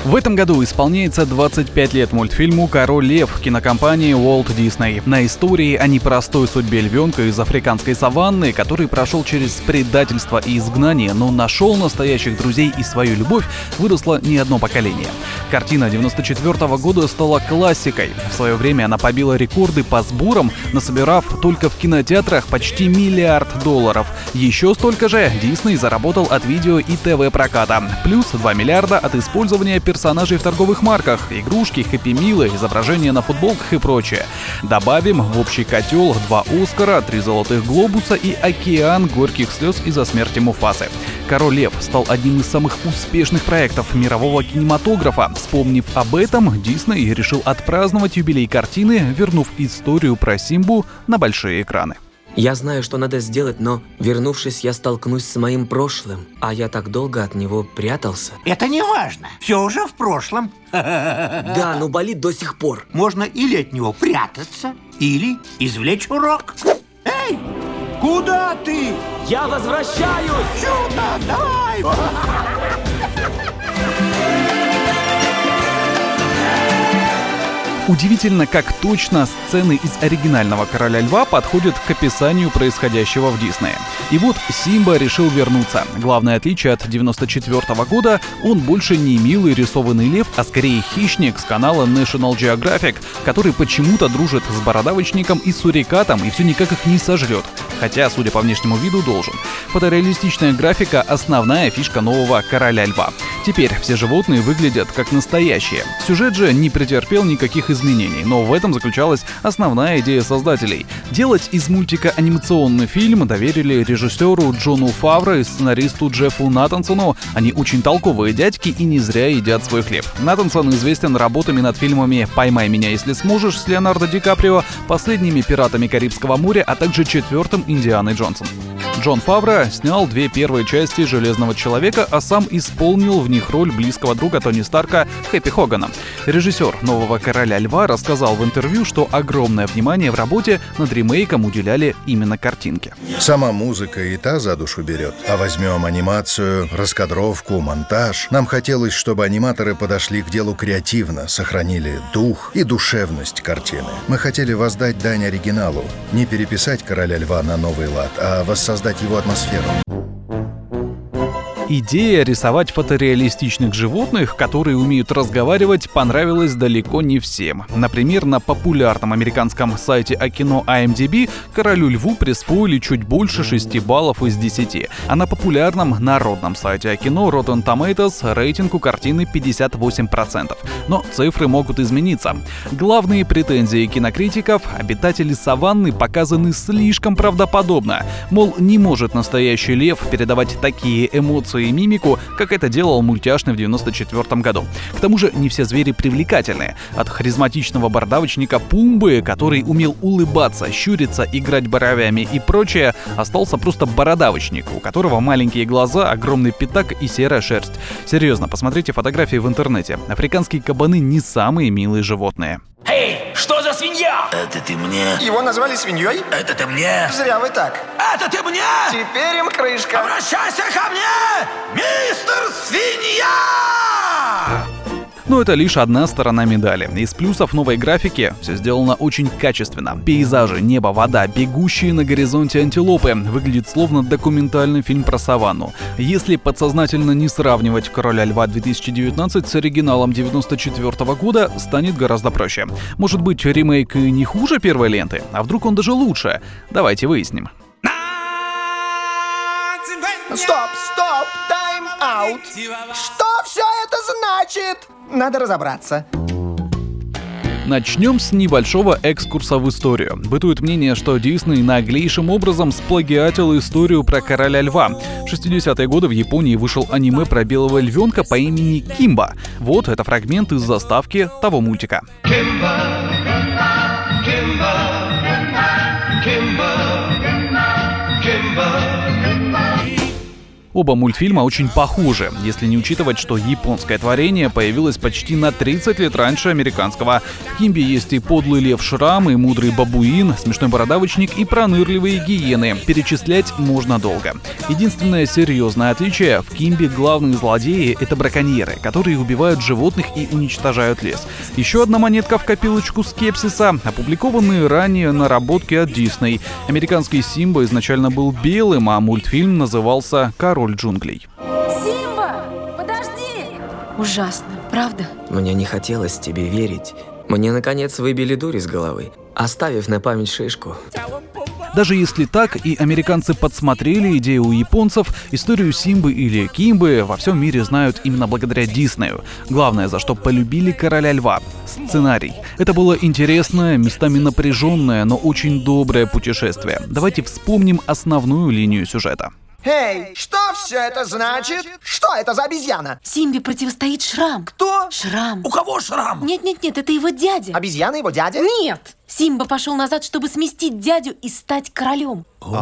В этом году исполняется 25 лет мультфильму «Король лев» кинокомпании Walt Disney. На истории о непростой судьбе львенка из африканской саванны, который прошел через предательство и изгнание, но нашел настоящих друзей и свою любовь, выросло не одно поколение. Картина 1994 года стала классикой. В свое время она побила рекорды по сборам, насобирав только в кинотеатрах почти $1 миллиард. Еще столько же Disney заработал от видео и ТВ-проката. Плюс $2 миллиарда от использования персонажей в торговых марках, игрушки, хэппи-милы, изображения на футболках и прочее. Добавим в общий котел 2 Оскара, 3 Золотых Глобуса и океан горьких слез из-за смерти Муфасы. «Король лев» стал одним из самых успешных проектов мирового кинематографа. Вспомнив об этом, Дисней решил отпраздновать юбилей картины, вернув историю про Симбу на большие экраны. Я знаю, что надо сделать, но, вернувшись, я столкнусь с моим прошлым, а я так долго от него прятался. Это не важно. Все уже в прошлом. Да, но болит до сих пор. Можно или от него прятаться, или извлечь урок. Эй, куда ты? Я возвращаюсь! Сюда, давай! Удивительно, как точно сцены из оригинального «Короля льва» подходят к описанию происходящего в Диснее. И вот Симба решил вернуться. Главное отличие от 1994 года — он больше не милый рисованный лев, а скорее хищник с канала National Geographic, который почему-то дружит с бородавочником и сурикатом и все никак их не сожрет. Хотя, судя по внешнему виду, должен. Фотореалистичная графика — основная фишка нового «Короля льва». Теперь все животные выглядят как настоящие. Сюжет же не претерпел никаких изменений, но в этом заключалась основная идея создателей. Делать из мультика анимационный фильм доверили режиссеру Джону Фавро и сценаристу Джеффу Натансону. Они очень толковые дядьки и не зря едят свой хлеб. Натансон известен работами над фильмами «Поймай меня, если сможешь» с Леонардо Ди Каприо, последними «Пиратами Карибского моря», а также 4-м «Индианой Джонсом». Джон Фавро снял 2 первые части «Железного человека», а сам исполнил в них роль близкого друга Тони Старка Хэппи Хогана. Режиссер нового «Короля льва» рассказал в интервью, что огромное внимание в работе над ремейком уделяли именно картинке. Сама музыка и та за душу берет. А возьмем анимацию, раскадровку, монтаж. Нам хотелось, чтобы аниматоры подошли к делу креативно, сохранили дух и душевность картины. Мы хотели воздать дань оригиналу, не переписать «Короля льва» на новый лад, а воссоздать его атмосферу. Идея рисовать фотореалистичных животных, которые умеют разговаривать, понравилась далеко не всем. Например, на популярном американском сайте о кино IMDb «Королю льву» присвоили чуть больше 6 баллов из 10, а на популярном народном сайте о кино Rotten Tomatoes рейтинг у картины 58%. Но цифры могут измениться. Главные претензии кинокритиков — обитатели саванны показаны слишком правдоподобно. Мол, не может настоящий лев передавать такие эмоции и мимику, как это делал мультяшный в 1994 году. К тому же не все звери привлекательные. От харизматичного бородавочника Пумбы, который умел улыбаться, щуриться, играть бровями и прочее, остался просто бородавочник, у которого маленькие глаза, огромный пятак и серая шерсть. Серьезно, посмотрите фотографии в интернете. Африканские кабаны не самые милые животные. Эй, что за свинья? Это ты мне? Его назвали свиньей? Это ты мне? Зря вы так. Это ты мне? Теперь им крышка. Обращайся ко мне, мистер Свинья! Но это лишь одна сторона медали. Из плюсов новой графики все сделано очень качественно. Пейзажи, небо, вода, бегущие на горизонте антилопы. Выглядит словно документальный фильм про саванну. Если подсознательно не сравнивать «Короля льва» 2019 с оригиналом 1994 года, станет гораздо проще. Может быть, ремейк и не хуже первой ленты? А вдруг он даже лучше? Давайте выясним. Стоп, тайм-аут. Что все это значит? Надо разобраться. Начнем с небольшого экскурса в историю. Бытует мнение, что Дисней наглейшим образом сплагиатил историю про «Короля льва». В 60-е годы в Японии вышел аниме про белого львенка по имени Кимба. Вот это фрагмент из заставки того мультика. Оба мультфильма очень похожи, если не учитывать, что японское творение появилось почти на 30 лет раньше американского. В Кимбе есть и подлый лев Шрам, и мудрый бабуин, смешной бородавочник и пронырливые гиены. Перечислять можно долго. Единственное серьезное отличие — в Кимбе главные злодеи — это браконьеры, которые убивают животных и уничтожают лес. Еще одна монетка в копилочку скепсиса — опубликованные ранее наработки от Дисней. Американский Симба изначально был белым, а мультфильм назывался «Король джунглей». Симба, подожди! Ужасно, правда? Мне не хотелось тебе верить. Мне, наконец, выбили дурь из головы, оставив на память шишку. Даже если так, и американцы подсмотрели идею у японцев, историю Симбы или Кимбы во всем мире знают именно благодаря Диснею. Главное, за что полюбили «Короля льва» — сценарий. Это было интересное, местами напряженное, но очень доброе путешествие. Давайте вспомним основную линию сюжета. Эй, что все это значит? Что это за обезьяна? Симбе противостоит Шрам. Кто? Шрам. У кого шрам? Нет, это его дядя. Обезьяна его дядя? Нет! Симба пошел назад, чтобы сместить дядю и стать королем.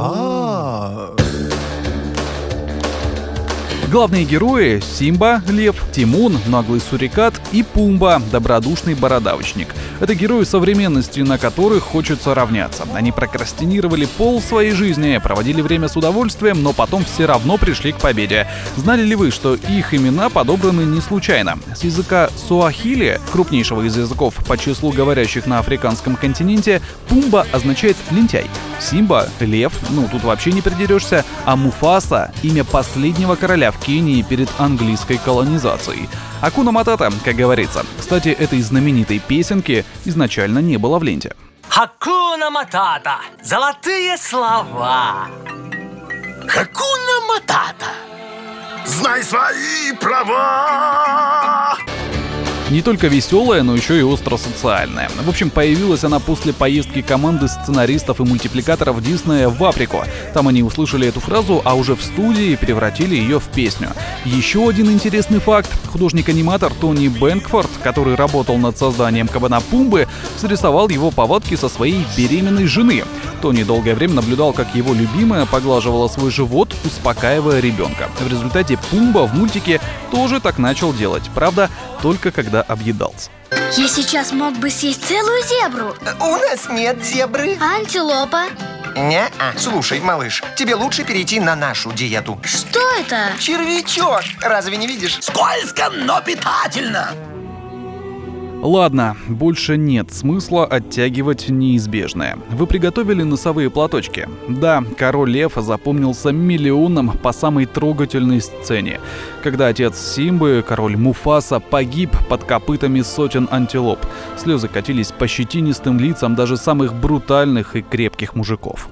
Главные герои — Симба, лев, Тимон, наглый сурикат, и Пумба, добродушный бородавочник. Это герои современности, на которых хочется равняться. Они прокрастинировали пол своей жизни, проводили время с удовольствием, но потом все равно пришли к победе. Знали ли вы, что их имена подобраны не случайно? С языка суахили, крупнейшего из языков по числу говорящих на африканском континенте, Пумба означает «лентяй». Симба — лев, тут вообще не придерешься, а Муфаса — имя последнего короля в Кении перед английской колонизацией. Акуна Матата, как говорится. Кстати, этой знаменитой песенки изначально не было в ленте. Хакуна Матата. Золотые слова. Хакуна Матата. Знай свои права. Не только веселая, но еще и остро-социальная. В общем, появилась она после поездки команды сценаристов и мультипликаторов Диснея в Африку. Там они услышали эту фразу, а уже в студии превратили ее в песню. Еще один интересный факт. Художник-аниматор Тони Бэнкфорд, который работал над созданием кабана Пумбы, срисовал его повадки со своей беременной жены. Тони долгое время наблюдал, как его любимая поглаживала свой живот, успокаивая ребенка. В результате Пумба в мультике тоже так начал делать. Правда, только когда объедался. Я сейчас мог бы съесть целую зебру. У нас нет зебры. А антилопа? Не-а. Слушай, малыш, тебе лучше перейти на нашу диету. Что это? Червячок. Разве не видишь? Скользко, но питательно. Ладно, больше нет смысла оттягивать неизбежное. Вы приготовили носовые платочки? Да, король лев запомнился миллионам по самой трогательной сцене. Когда отец Симбы, король Муфаса, погиб под копытами сотен антилоп. Слезы катились по щетинистым лицам даже самых брутальных и крепких мужиков.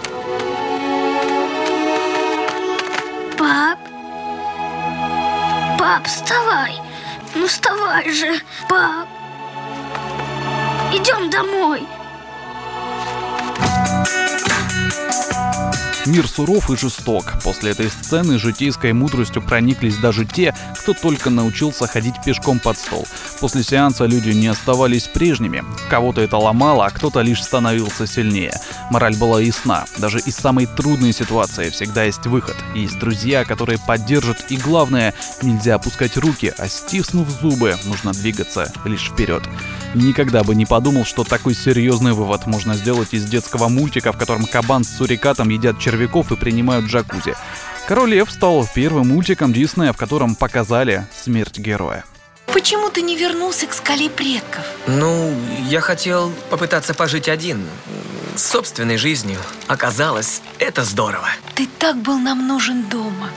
Пап, вставай. Ну вставай же, пап. Идем домой. Мир суров и жесток. После этой сцены житейской мудростью прониклись даже те, кто только научился ходить пешком под стол. После сеанса люди не оставались прежними. Кого-то это ломало, а кто-то лишь становился сильнее. Мораль была ясна. Даже из самой трудной ситуации всегда есть выход. Есть друзья, которые поддержат. И главное, нельзя опускать руки, а стиснув зубы, нужно двигаться лишь вперед. Никогда бы не подумал, что такой серьезный вывод можно сделать из детского мультика, в котором кабан с сурикатом едят червяков и принимают джакузи. «Король лев» стал первым мультиком Диснея, в котором показали смерть героя. Почему ты не вернулся к скале предков? Я хотел попытаться пожить один, собственной жизнью. Оказалось, это здорово. Ты так был нам нужен дома.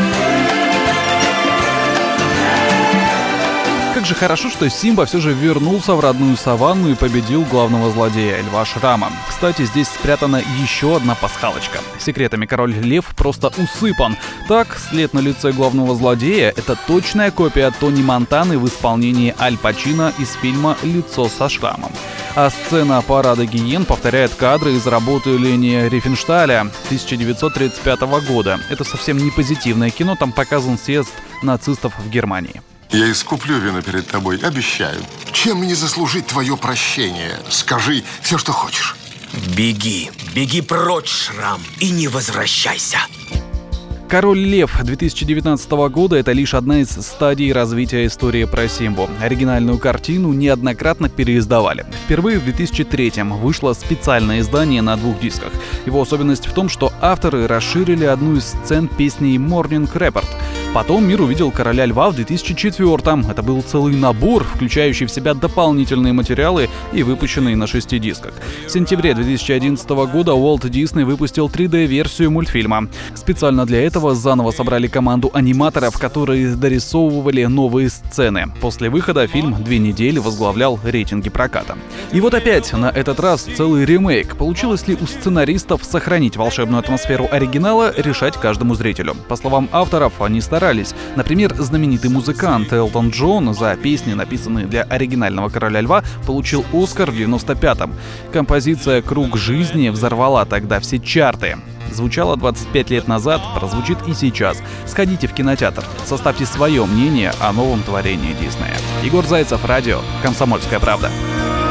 Как же хорошо, что Симба все же вернулся в родную саванну и победил главного злодея, льва Шрама. Кстати, здесь спрятана еще одна пасхалочка. Секретами король лев просто усыпан. Так, след на лице главного злодея — это точная копия Тони Монтаны в исполнении Аль Пачино из фильма «Лицо со шрамом». А сцена парада гиен повторяет кадры из работы Лени Рифеншталя 1935 года. Это совсем не позитивное кино, там показан съезд нацистов в Германии. Я искуплю вину перед тобой, обещаю. Чем мне заслужить твое прощение? Скажи все, что хочешь. Беги прочь, Шрам, и не возвращайся. «Король лев» 2019 года — это лишь одна из стадий развития истории про Симбу. Оригинальную картину неоднократно переиздавали. Впервые в 2003-м вышло специальное издание на 2 дисках. Его особенность в том, что авторы расширили одну из сцен песни «Morning Report». Потом мир увидел «Короля льва» в 2004-м. Это был целый набор, включающий в себя дополнительные материалы и выпущенный на 6 дисках. В сентябре 2011 года Уолт Дисней выпустил 3D-версию мультфильма. Специально для этого заново собрали команду аниматоров, которые дорисовывали новые сцены. После выхода фильм 2 недели возглавлял рейтинги проката. И вот опять, на этот раз целый ремейк. Получилось ли у сценаристов сохранить волшебную атмосферу оригинала, решать каждому зрителю. По словам авторов, они старались. Например, знаменитый музыкант Элтон Джон за песни, написанные для оригинального «Короля льва», получил «Оскар» в 95-м. Композиция «Круг жизни» взорвала тогда все чарты. Звучала 25 лет назад, прозвучит и сейчас. Сходите в кинотеатр, составьте свое мнение о новом творении Диснея. Егор Зайцев, радио «Комсомольская правда».